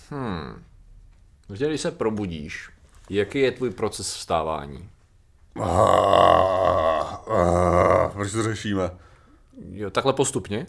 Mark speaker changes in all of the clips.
Speaker 1: Když se probudíš, jaký je tvůj proces vstávání?
Speaker 2: Proč to řešíme?
Speaker 1: Jo, takhle postupně?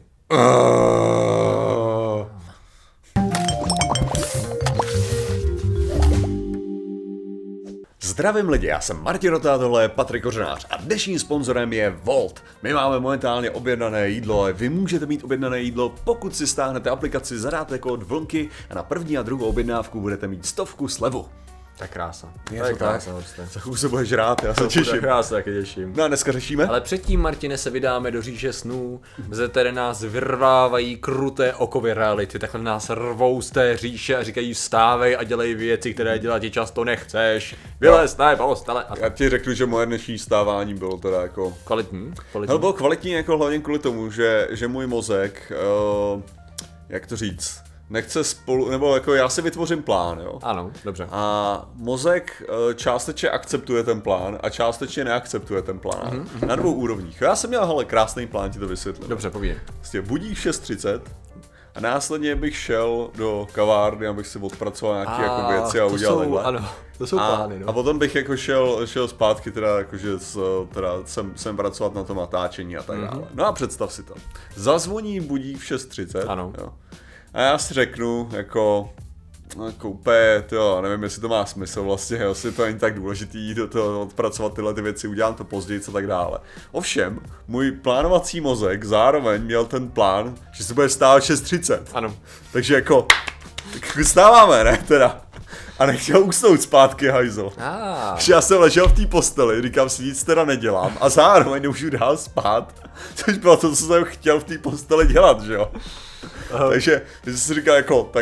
Speaker 2: Zdravím lidi, já jsem Martin Rota, tohle je Patrik Kořenář a dnešním sponzorem je Volt. My máme momentálně objednané jídlo, ale vy můžete mít objednané jídlo, pokud si stáhnete aplikaci, zadáte kód VLNky a na první a druhou objednávku budete mít 100 slevu.
Speaker 1: To je krása.
Speaker 2: Je to
Speaker 1: krása,
Speaker 2: Za chvíli se budeš rád, já se těším.
Speaker 1: Já se taky těším.
Speaker 2: No a dneska řešíme?
Speaker 1: Ale předtím, Martine, se vydáme do říše snů, ze které nás vyrvávají kruté okovy reality, takhle nás rvou z té říše a říkají vstávej a dělej věci, které dělat ti často nechceš. Vylez, ne, postele.
Speaker 2: Já ti řeknu, že moje dnešní vstávání bylo teda jako...
Speaker 1: Kvalitní?
Speaker 2: Hele, bylo kvalitní jako hlavně kvůli tomu, že můj mozek, jak to říct, nechce spolu, nebo jako já si vytvořím plán, jo?
Speaker 1: Ano, dobře.
Speaker 2: A mozek částečně akceptuje ten plán a částečně neakceptuje ten plán. Na dvou úrovních. Já jsem měl, hele, krásný plán, ti to vysvětlím.
Speaker 1: Dobře, povídej.
Speaker 2: Vlastně budík 6:30 a následně bych šel do kavárny, abych si odpracoval nějaké jako věci a udělal takhle.
Speaker 1: Ano, to jsou plány, no.
Speaker 2: A potom bych jako šel zpátky, teda jakože jsem pracovat na tom natáčení a tak dále. No a představ si to. Zazvoní budík v 6:30.
Speaker 1: Ano.
Speaker 2: Jo. A já si řeknu, jako úplně, nevím, jestli to má smysl vlastně, jestli to není tak důležitý do toho odpracovat tyhle ty věci, udělám to později a tak dále. Ovšem, můj plánovací mozek zároveň měl ten plán, že se bude stávat 6:30.
Speaker 1: Ano.
Speaker 2: Takže jako vstáváme, ne, teda. A nechtěl usnout zpátky, hajzl. Takže já jsem ležel v té posteli, říkám si, nic teda nedělám a zároveň nemůžu dál spát, což bylo to, co jsem chtěl v té posteli dělat, že jo. Takže jsem si říkal,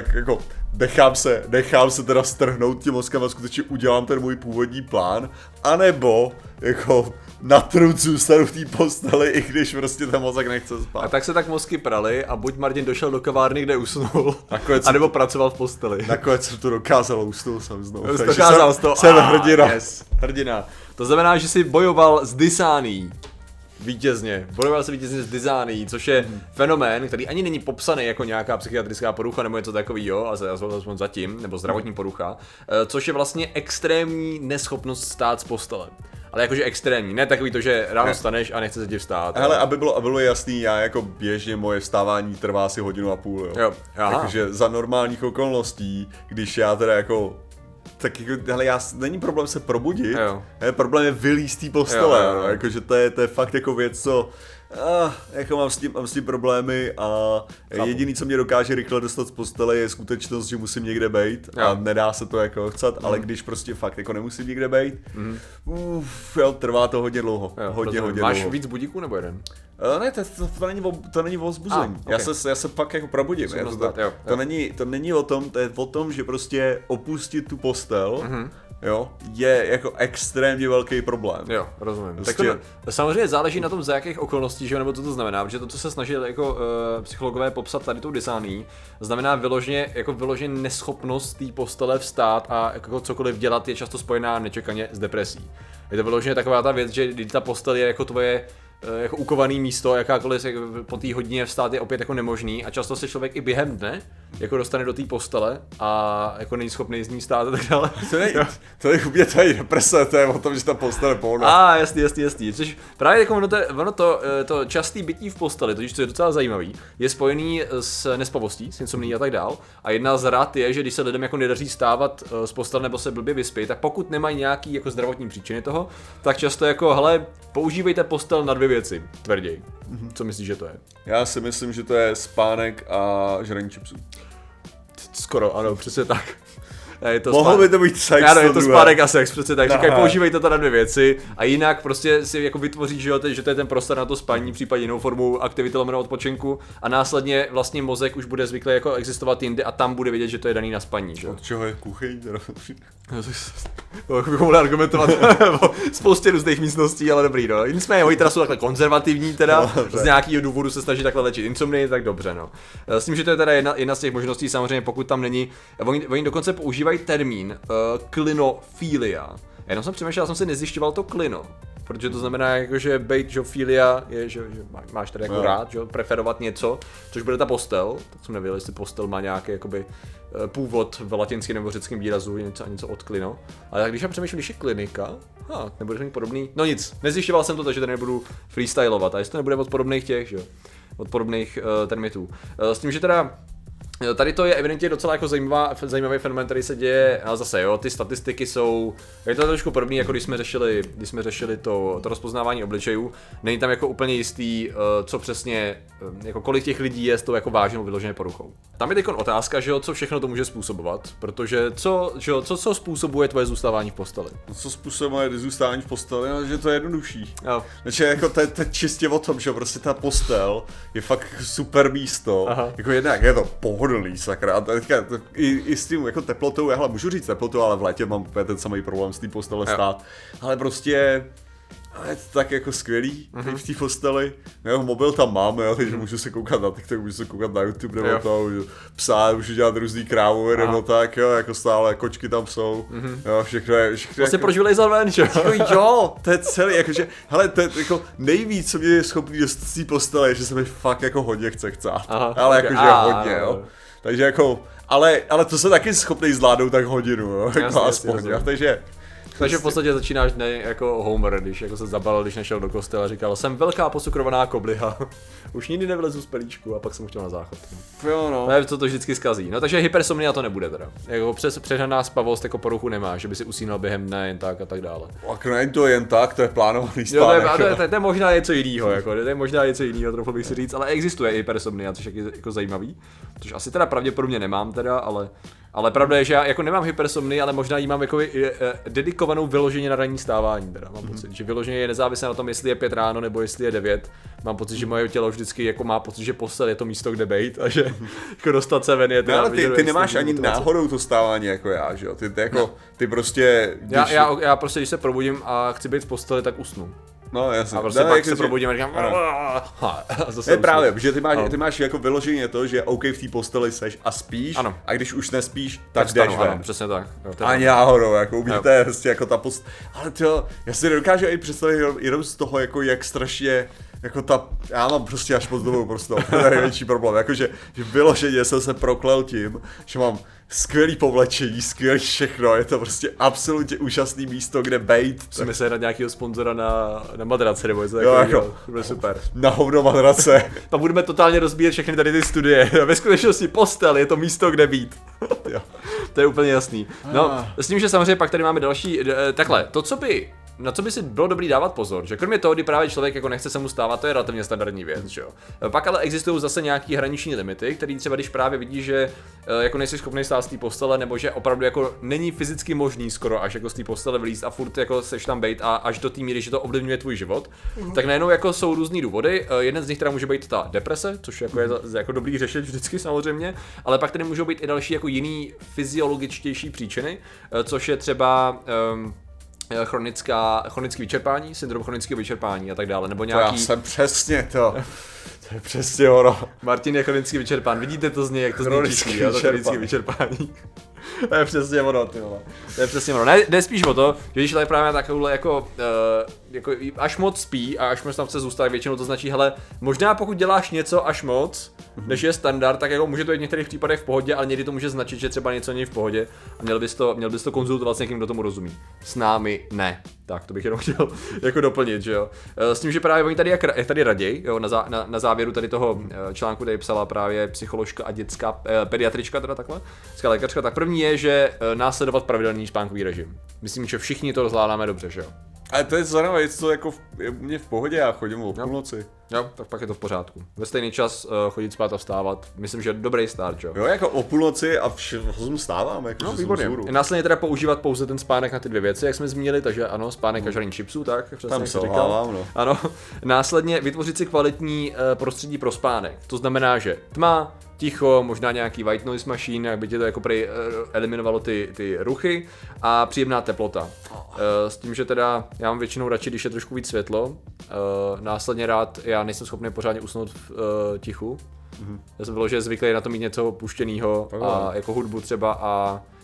Speaker 2: nechám se teda strhnout tím mozkem a skutečně udělám ten můj původní plán, anebo jako na trud zůstanu v té posteli, i když prostě ten mozek nechce spát.
Speaker 1: A tak se tak mozky prali a buď Martin došel do kavárny, kde usnul, anebo pracoval v posteli.
Speaker 2: Nakonec jsem to dokázal, usnul jsem znovu.
Speaker 1: Jsem hrdina. Yes, hrdina. To znamená, že jsi bojoval s dysánií. Bojoval se vítězně s dysánií, což je fenomén, který ani není popsaný jako nějaká psychiatrická porucha nebo něco takového, ale aspoň zatím, nebo zdravotní porucha, což je vlastně extrémní neschopnost stát z postele. Ale jakože extrémní, ne takový to, že ráno staneš a nechce se ti vstát.
Speaker 2: Hele, aby bylo jasný, já jako běžně moje vstávání trvá asi 1,5 hodiny, jo. Takže za normálních okolností, když já teda jako tak jako, hele, není problém se probudit, problém je vylízt z té postele, jakože to je fakt jako věc, co jako mám s tím problémy a jediný, co mě dokáže rychle dostat z postele, je skutečnost, že musím někde bejt a nedá se to jako chcet, ale když prostě fakt jako nemusím někde bejt, trvá to hodně dlouho, hodně dlouho.
Speaker 1: Máš víc budíků nebo jeden?
Speaker 2: Ne, to není o vzbuzení.
Speaker 1: Okay.
Speaker 2: Já se pak jako probudím. To není o tom, to je o tom, že prostě opustit tu postel, jo, je jako extrémně velký problém.
Speaker 1: Jo, rozumím. Prostě... Tak to samozřejmě záleží na tom, za jakých okolností, že nebo co to znamená, protože to, co se snaží jako psychologové popsat tady tou dysánií, znamená vyloženě neschopnost té postele vstát a jako cokoliv dělat je často spojená nečekaně s depresí. Je to vyloženě taková ta věc, že když ta postel je jako tvoje jako ukovaný místo, jakákoliv po té hodině vstát je opět jako nemožný a často se člověk i během dne jako dostane do té postele a jako není schopný z ní stát a tak dále.
Speaker 2: To je úplně tady deprese, to je o tom, že ta postele pohodná.
Speaker 1: Jasný. Což právě jako to častý bytí v posteli, totiž co je docela zajímavý, je spojený s nespavostí, s insomnií a tak dál. A jedna z rad je, že když se lidem jako nedaří stávat z postele nebo se blbě vyspí, tak pokud nemají nějaký jako zdravotní příčiny toho, tak často jako hele, používejte postel na 2 věci, tvrději. Co myslíš, že to je?
Speaker 2: Já si myslím, že to je spánek a žraní čipsů.
Speaker 1: Skoro, ano, přesně tak.
Speaker 2: Mohlo by to být sex.
Speaker 1: Ano, je to spánek a sex, přesně tak. Říkají, používejte to na 2 věci a jinak prostě si jako vytvoří, že to je ten prostor na to spaní, případně jinou formu aktivity lomeno odpočinku a následně vlastně mozek už bude zvyklý jako existovat jinde a tam bude vědět, že to je daný na spaní. Že?
Speaker 2: Od čeho je kuchyň?
Speaker 1: To bychom mohli argumentovat o spoustě různých místností, ale dobrý, no. Nicméně oni teda jsou takhle konzervativní teda, z nějakého důvodu se snaží takhle léčit insomnii, tak dobře, no. S tím, že to je teda jedna z těch možností, samozřejmě pokud tam není, oni dokonce používají termín klinofilia. Jenom jsem přemýšlel, jsem si nezjišťoval to klino. protože to znamená jako, že bejt žofilia je, že máš tady jako rád, že preferovat něco, což bude ta postel, tak jsem nevěděl, jestli postel má nějaký jakoby původ v latinském nebo řeckém výrazu, něco od klino. Ale tak když já přemýšlím, když je klinika, nebude mít podobný, no nic, nezjišťoval jsem to, takže tady nebudu freestylovat, a jestli to nebude od podobných těch, že jo, od podobných termitů. S tím, že teda tady to je evidentně docela jako zajímavý fenomén, který se děje, ale zase jo, ty statistiky jsou, je to trošku podobný, jako když jsme řešili to rozpoznávání obličejů, není tam jako úplně jistý, co přesně, jako kolik těch lidí je s tou jako vážnou vyloženě poruchou. Tam je teď otázka, že jo, co všechno to může způsobovat, protože co způsobuje tvoje zůstávání v posteli?
Speaker 2: Co způsobuje zůstávání v posteli, no, že to je jednodušší. Takže jako to je čistě o tom, že prostě ta postel je fakt super místo, jako jednak je to pohodlný, sakra, a teďka i s tím jako teplotou, já můžu říct teplotou, ale v létě mám ten samý problém s tím postele stát, ale prostě je to tak jako skvělý v té posteli. Jo, mobil tam mám, jo, takže můžu se koukat na TikTok, můžu se koukat na YouTube nebo to, můžu psát, můžu dělat různý krávové nebo tak, jo, jako stále kočky tam jsou, jo, všechno je
Speaker 1: vlastně jako, proč vylejzal ven, že
Speaker 2: jo, to je celý, jakože, hele, to je jako nejvíc, co mě je schopný dostat z té postele, že se mi fakt jako hodně chce chcát, ale jakože hodně, jo. Takže jako, ale to se taky schopný zvládnout tak hodinu, jo, jako aspoň, jo,
Speaker 1: takže v podstatě začínáš jako Homer, když jako se zabalil, když nešel do kostela a říkal, jsem velká pocukrovaná kobliha, už nikdy nevlezu z pelíčku a pak jsem chtěl na záchod.
Speaker 2: Jo no.
Speaker 1: To vždycky zkazí. No takže hypersomnia to nebude teda. Jako přehnaná spavost jako poruchu nemá, že by si usínal během dne jen tak a tak dále.
Speaker 2: A není to jen tak, to je plánovaný spánek.
Speaker 1: To je možná něco jiného, jako, to je možná něco jiného, trochu bych si říct, ale existuje hypersomnia, což je jako zajímavý. Což asi teda pravděpodobně nemám teda, ale pravda je, že já jako nemám hypersomnii, ale možná jí mám jako dedikovanou vyloženě na ranní stávání teda. Mám pocit, že vyloženě je nezávislé na tom, jestli je 5 ráno nebo jestli je 9. Mám pocit, že moje tělo vždycky jako má pocit, že postel je to místo, kde bejt a že jako dostat se ven je teda.
Speaker 2: No, ale ty nemáš ani náhodou to stávání jako já, že jo? Ty prostě
Speaker 1: já prostě když se probudím a chci být v posteli, tak usnu.
Speaker 2: No jasně.
Speaker 1: A prostě pak se probudím a říkám
Speaker 2: je právě, protože ty máš jako vyloženě to, že OK v té posteli seš a spíš, a když už nespíš, tak jdeš ven.
Speaker 1: Ano, přesně tak.
Speaker 2: Ani náhodou, jako umíte prostě jako ta postel. Ale tyjo, já si nedokážu i představit jenom z toho, jako jak strašně jako já mám prostě až moc dlouhou prostou, to je největší problém, jakože vyloženě jsem se proklel tím, že mám skvělý povlečení, skvělý všechno, je to prostě absolutně úžasný místo, kde bejt.
Speaker 1: Musíme se hrát nějakého sponzora na madrace nebo něco takového, to bude super.
Speaker 2: Na hovno madrace.
Speaker 1: Pak budeme totálně rozbíjet všechny tady ty studie, ve skutečnosti postel je to místo, kde být. To je úplně jasný. No, s tím, že samozřejmě pak tady máme další, takhle, na co by si bylo dobrý dávat pozor, že kromě toho, kdy právě člověk jako nechce se mu stávat, to je relativně standardní věc, že jo. Pak ale existují zase nějaký hraniční limity, který třeba když právě vidíš, že jako nejsi schopný stát z té postele, nebo že opravdu jako není fyzicky možný skoro až jako z té postele vylízt a furt jako seš tam bejt a až do té míry, že to ovlivňuje tvůj život, tak najednou jako jsou různý důvody. Jeden z nich teda může být ta deprese, což jako je jako dobrý řešit vždycky samozřejmě, ale pak tady můžou být i další jako jiný fyziologičtější příčiny, což je třeba chronické vyčerpání, syndrom chronického vyčerpání a tak dále, nebo nějaký...
Speaker 2: To já jsem přesně to je přesně ono.
Speaker 1: Martin je chronicky vyčerpán, vidíte to z něj, jak to zní čistý, to chronické vyčerpání. To je přesně ono, ty vole. To je přesně ono. Jde spíš o to, že když člověk právě takovouhle jako až moc spí a až moc tam chce zůstat, většinou to značí, hele, možná pokud děláš něco až moc, než je standard, tak jako může to být v některých případech v pohodě, ale někdy to může značit, že třeba něco není v pohodě a měl bys to konzultovat s někým, kdo tomu rozumí. S námi ne. Tak, to bych jenom chtěl jako doplnit, že jo. S tím, že právě oni tady jak tady raději, jo, na závěru tady toho článku tady psala právě psycholožka a dětská pediatrička, teda takhle, dětská lékařka, tak první je, že následovat pravidelný spánkový režim. Myslím, že všichni to zvládáme dobře, že jo.
Speaker 2: Ale to je zajímavé, co jako je mě v pohodě, já chodím o půlnoci.
Speaker 1: Jo, tak pak je to v pořádku. Ve stejný čas chodit spát a vstávat, myslím, že dobrý start, jo.
Speaker 2: Jo, jako o půlnoci a všem stávám, jako
Speaker 1: no, výborně. Následně teda používat pouze ten spánek na ty dvě věci, jak jsme zmínili, takže ano, spánek a žraní chipsů, tak přesně
Speaker 2: tam
Speaker 1: jak
Speaker 2: jsi říkal. No.
Speaker 1: Ano. Následně vytvořit si kvalitní prostředí pro spánek. To znamená, že tma, ticho, možná nějaký white noise machine, aby tě to jako eliminovalo ty ruchy a příjemná teplota. S tím, že teda já mám většinou radši, když je trošku víc světlo, následně rád, já nejsem schopný pořádně usnout v tichu. Já jsem byl, že zvyklý na to mít něco puštěného a jako hudbu třeba a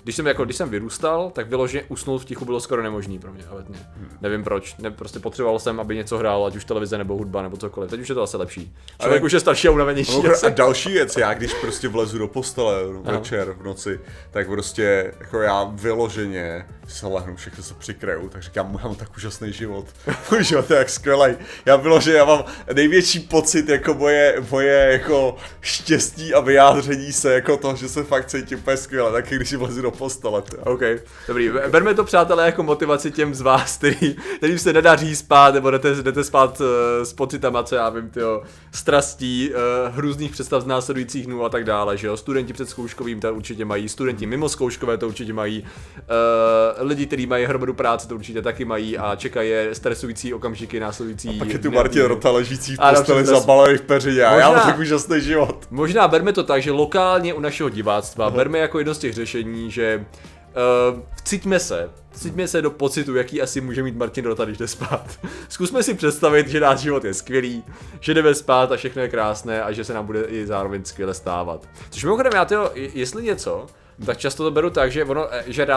Speaker 1: když jsem vyrůstal, tak vyloženě usnout v tichu bylo skoro nemožný pro mě, ale nevím proč, prostě potřeboval jsem, aby něco hrálo, ať už televize nebo hudba nebo cokoliv, teď už je to asi lepší. Člověk už je starší a unavenější.
Speaker 2: A další věc, já když prostě vlezu do postele večer v noci, tak prostě jako já vyloženě se lehnu, všechno se přikryju, tak říkám, mám tak úžasný život. Můj život je jak skvělej. Já vyloženě, já mám největší pocit jako moje jako štěstí a vyjádření se jako toho, že se fakt cítím úplně skvěle, taky když si vlezu do postele.
Speaker 1: OK, dobrý. Berme to, přátelé, jako motivaci těm z vás, kterým se nedaří spát, nebo jdete spát s pocitama, co já vím, strastí, hrůzných představ z následujících dnů a tak dále, že jo. Studenti před zkouškovým to určitě mají, studenti mimo zkouškové to určitě mají, lidi, kteří mají hromadu práce, to určitě taky mají a čekají stresující okamžiky následující.
Speaker 2: A pak je tu Martin Rota ležící v posteli zabalený v peřině a já mám tak úžasný život.
Speaker 1: Možná berme to tak, že lokálně u našeho diváctva berme jako jedno z těch řešení, že vciťme se do pocitu, jaký asi může mít Martin Rota, když jde spát. Zkusme si představit, že náš život je skvělý, že jdeme spát a všechno je krásné a že se nám bude i zároveň skvěle stávat. Což mimochodem jestli něco, tak často to beru tak, že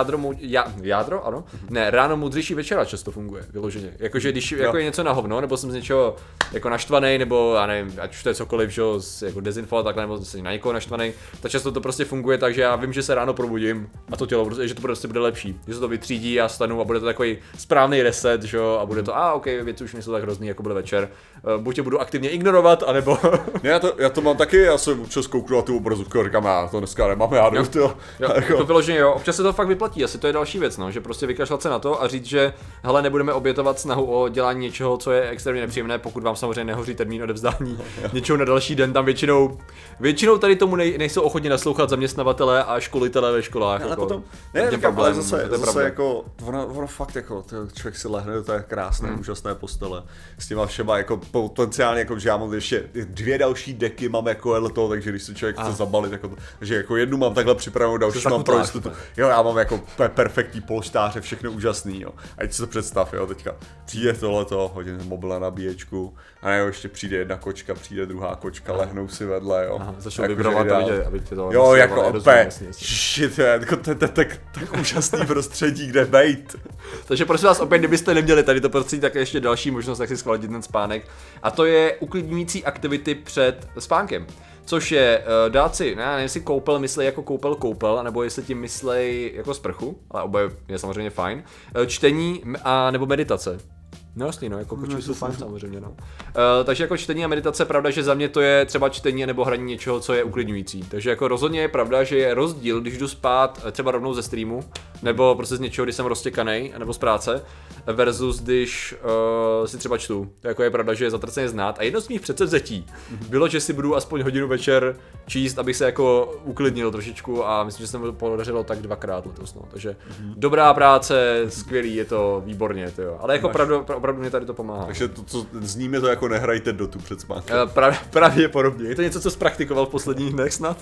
Speaker 1: ráno moudřejší večera často funguje, vyloženě. Jakože když jako je něco na hovno, nebo jsem z něčeho jako naštvaný, nebo já nevím, ať už to je cokoliv, že jako dezinfo takhle, nebo jsem na někoho naštvaný, tak často to prostě funguje tak, že já vím, že se ráno probudím a to tělo, že to prostě bude lepší. Že se to vytřídí, já stanu a bude to takový správný reset, že jo, a bude to, OK, věci už nejsou tak hrozný, jako bude večer. Buď tě budu aktivně ignorovat, anebo...
Speaker 2: já to mám taky, já jsem občas kouknu na tu obrazovku a říkám, já to dneska nemám, já jdu to.
Speaker 1: Jo, to vyloženě jo, občas se to fakt vyplatí, asi to je další věc, no, že prostě vykašlat se na to a říct, že hele, nebudeme obětovat snahu o dělání něčeho, co je extrémně nepříjemné, pokud vám samozřejmě nehoří termín odevzdání něčeho na další den, tam většinou tady tomu nejsou ochotni naslouchat zaměstnavatelé a školitelé ve školách.
Speaker 2: Ale
Speaker 1: jako,
Speaker 2: potom, ale zase jako, ono fakt jako, člověk si lehne do té krásné, úžasné postele, s těma všema jako potenciálně, jako, že já mám ještě 2 další deky, mám jako to, takže když se člověk chce zabalit, jako, že jako jednu mám takhle připravenou, další mám pro jistotu. Jo, já mám jako perfektní polštáře, všechno úžasný, jo. A teď si to představ, jo, teďka přijde tohleto, hodím mobil na nabíječku, a jo, ještě přijde jedna kočka, přijde druhá kočka, lehnou si vedle, jo.
Speaker 1: Začal jako vibrovat, aby tě to...
Speaker 2: Jo, jako opět, shit, jako tak úžasný prostředí, kde bejt.
Speaker 1: Takže prosím vás, opět, kdybyste neměli tady to prostředí, tak je ještě další možnost, jak si schválit ten spánek. A to je uklidňující aktivity před spánkem. Což je dát si, nevím, jestli koupel myslej jako koupel, nebo jestli tím myslej jako sprchu, ale oboje je samozřejmě fajn. Čtení a nebo meditace. No jasný, no, jako kočky jsou fajn samozřejmě, no. Takže jako čtení a meditace, pravda, že za mě to je třeba čtení nebo hraní něčeho, co je uklidňující. Takže jako rozhodně je pravda, že je rozdíl, když jdu spát třeba rovnou ze streamu, nebo prostě z něčeho, když jsem roztěkanej, nebo z práce, versus když si třeba čtu. To jako je pravda, že je zatraceně znát. A jedno z mých předsevzetí bylo, že si budu aspoň hodinu večer číst, abych se jako uklidnil trošičku a myslím, že se mi podařilo tak 2krát letos, no. Takže dobrá práce, skvělý, je to výborně, to jo. Ale jako opravdu mě tady to pomáhá.
Speaker 2: Takže to, co zní mi to jako nehrajte dotu před spánkem.
Speaker 1: Pravděpodobně. Je to něco, co jsi praktikoval v posledních dnech snad?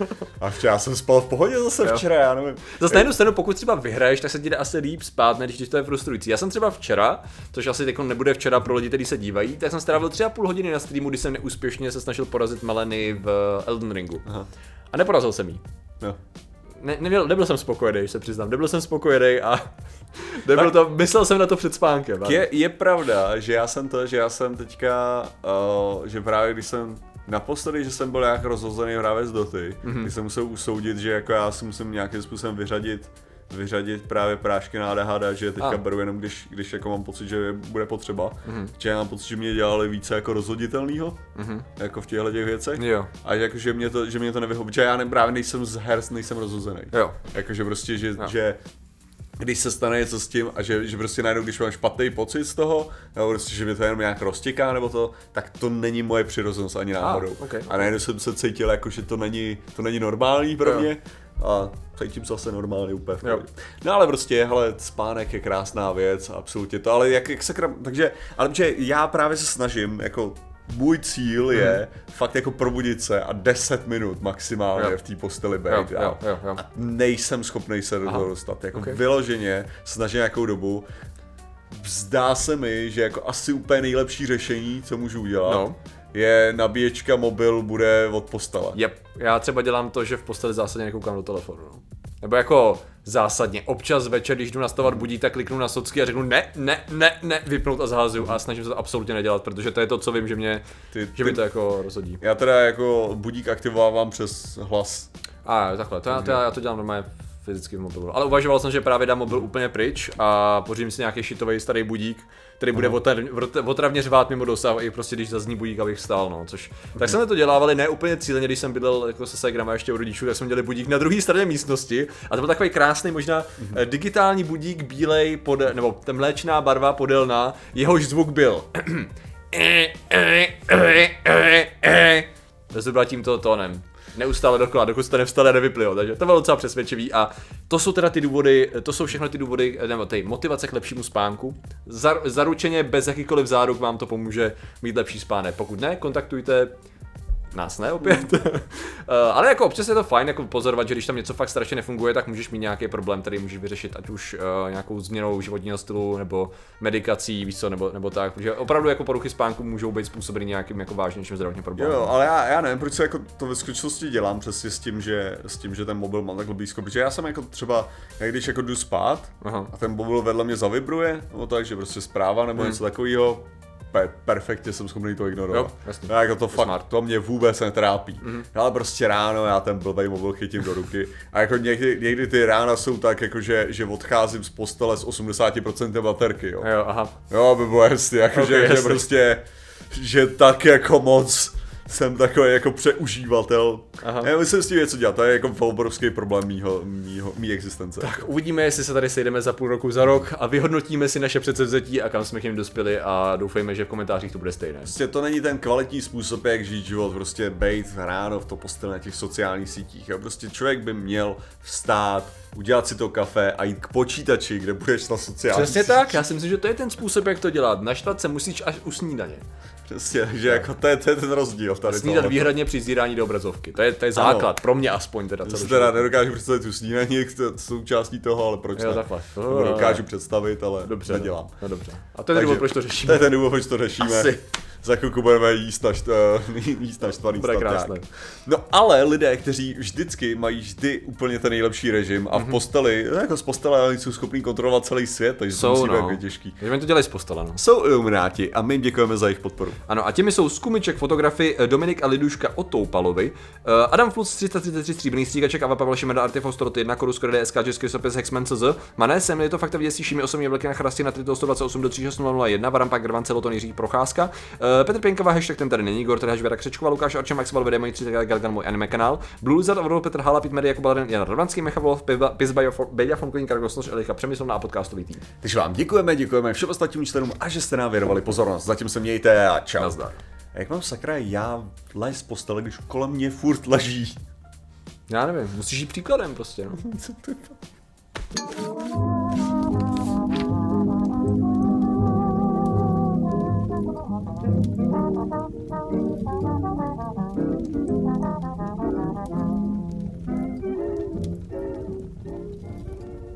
Speaker 2: A já jsem spal v pohodě zase včera, já nevím.
Speaker 1: Zase na jednu stranu, pokud třeba vyhraješ, tak se ti jde asi líp spát, než když to je frustrující. Já jsem třeba včera, což asi teď nebude včera pro lidi, kteří se dívají, tak jsem strávil 3,5 hodiny na streamu, kdy jsem neúspěšně se snažil porazit Melanie v Elden Ringu. Aha. A neporazil jsem jí. No. Nebyl jsem spokojený, se přiznám, nebyl jsem spokojený a myslel jsem na to před spánkem.
Speaker 2: Je pravda, že já jsem teďka, že právě když jsem naposledy, že jsem byl nějak rozhozený hrávěc Doty, když jsem musel usoudit, že jako já si musím nějakým způsobem vyřadit právě prášky na ADHD, že teďka beru jenom, když jako mám pocit, že bude potřeba. Že já mám pocit, že mě dělali více jako rozhoditelnýho, jako v těchto těch věcech. Jo. A jako, že mě to nevyhovuje, že já právě nejsem z her, nejsem rozhozený. Jo. Jakože prostě, že když se stane něco s tím a že prostě najednou, když mám špatný pocit z toho, nebo prostě, že mě to jenom nějak roztěká nebo to, tak to není moje přirozenost ani náhodou. Okay. A najednou jsem se cítil jako, že to není normální pro mě. A cítím se zase normálně úplně. No ale prostě, hele, spánek je krásná věc, absolutně to, ale jak se ale že já právě se snažím, jako můj cíl je fakt jako probudit se a 10 minut maximálně v té posteli být a nejsem schopný se do toho dostat, jako vyloženě snažím nějakou dobu. Zdá se mi, že jako asi úplně nejlepší řešení, co můžu udělat, je nabíječka mobil bude od postele.
Speaker 1: Já třeba dělám to, že v posteli zásadně nekoukám do telefonu. Nebo jako zásadně, občas večer, když jdu nastavovat budík, tak kliknu na socky a řeknu ne, vypnout a zahazuju a snažím se to absolutně nedělat, protože to je to, co vím, že mě to jako rozhodí.
Speaker 2: Já teda jako budík aktivovávám přes hlas.
Speaker 1: Takhle, já to dělám normálně fyzicky v mobilu. Ale uvažoval jsem, že právě dám mobil úplně pryč a pořídím si nějaký šitový starý budík, který bude otravně řvát mimo dosah i prostě když zazní budík, abych vstál, no, což. Tak jsme to dělávali ne úplně cíleně, když jsem bydlel jako se ségrama ještě u rodičů, tak jsme dělali budík na druhé straně místnosti a to byl takový krásný možná digitální budík bílej nebo mléčná barva podélná, jehož zvuk byl to se byla tímto tónem. Neustále dokola, dokud jste nevstali a nevypli, takže to bylo docela přesvědčivý a to jsou teda ty důvody, to jsou všechno ty důvody, nebo ty motivace k lepšímu spánku. Zaručeně bez jakýkoliv záruk vám to pomůže mít lepší spánek, pokud ne, kontaktujte nás ne opět, ale jako občas je to fajn jako pozorovat, že když tam něco fakt strašně nefunguje, tak můžeš mít nějaký problém, který můžeš vyřešit, ať už nějakou změnou životního stylu nebo medikací, víš co, nebo tak, protože opravdu jako poruchy spánku můžou být způsobeny nějakým jako vážnějším zdravotním problémem.
Speaker 2: Jo, ale já nevím, proč se jako to ve skutečnosti dělám přesně s tím, že ten mobil mám takhle blízko, protože já jsem jako třeba, když jako jdu spát a ten mobil vedle mě zavibruje, nebo tak, že prostě zpráva nebo něco takového, perfektně jsem schopný to ignorovat. Já jako to fakt, to mě vůbec netrápí. Ale prostě ráno já ten blbej mobil chytím do ruky a jako někdy ty rána jsou tak jako, že odcházím z postele s 80% baterky, jo. Jo, by bylo jasný, jako že prostě, že tak jako moc jsem takový jako přeužívatel. Já myslím s tím něco dělat, to je jako obrovský problém mý existence.
Speaker 1: Tak uvidíme, jestli se tady sejdeme za půl roku, za rok a vyhodnotíme si naše předsevzetí a kam jsme k nim dospěli a doufejme, že v komentářích to bude stejné.
Speaker 2: Prostě to není ten kvalitní způsob, jak žít život, prostě bejt ráno v to posteli na těch sociálních sítích. A prostě člověk by měl vstát, udělat si to kafe a jít k počítači, kde budeš na sociálních
Speaker 1: sítích. Přesně tak, já si myslím, že to je ten způsob, jak to dělat. Naštvat se musíš až u snídaně.
Speaker 2: Přesně, že jako to je ten rozdíl tady.
Speaker 1: Snídat výhradně při zírání do obrazovky, to je základ, pro mě aspoň teda.
Speaker 2: Já si teda nedokážu představit tu snídaní součástí toho, ale proč ne?
Speaker 1: Takhle.
Speaker 2: To dokážu představit, ale nedělám.
Speaker 1: No dobře. A to je ten důvod, proč to řešíme.
Speaker 2: To je ten důvod, proč to řešíme. Asi. Za chvilku budeme jíst naštvaný staťák. No ale lidé, kteří vždycky mají úplně ten nejlepší režim a v posteli, jako z postele jsou schopní kontrolovat celý svět, takže to musí být těžký.
Speaker 1: Takže to dělají z postele, no.
Speaker 2: Jsou ilumináti a my jim děkujeme za jejich podporu.
Speaker 1: Ano, a těmi jsou Skumiček fotografy, Dominik a Liduška Otoupalovi, Adam Flus 333 stříbrný stříkaček, Ava Pavel Šimeda, Artifo 101, Korus Kore DSK, Český sopis Hexman CZ, Mané Sem, je to fakta vidět šími osobní vleky na chrastě na 128 do 36001, Varampak Grvan Celoton Jiří Procházka, Petr Pěnkava, hashtag ten tady není, Igor Trhač, Věra Křečková, Lukáš Arčem, Max Valvede, mají 3 Galgan, můj anime kanál, Blue Lizard, Avril, Petr Hala, Pit Media, Jakub Jan Radvanský, Mechavol, Pizbajo, Beďa, Fonkonín, Kargosnoš, Elicha Přemyslovna a podcastový tým.
Speaker 2: Takže vám děkujeme všem ostatním členům a že jste nám věnovali pozornost. Zatím se mějte a čau.
Speaker 1: Nazdar.
Speaker 2: Jak mám sakra já lézt z postele, když kolem mě furt leží?
Speaker 1: Já nevím, musíš jít příkladem prostě, no.
Speaker 2: Co to je?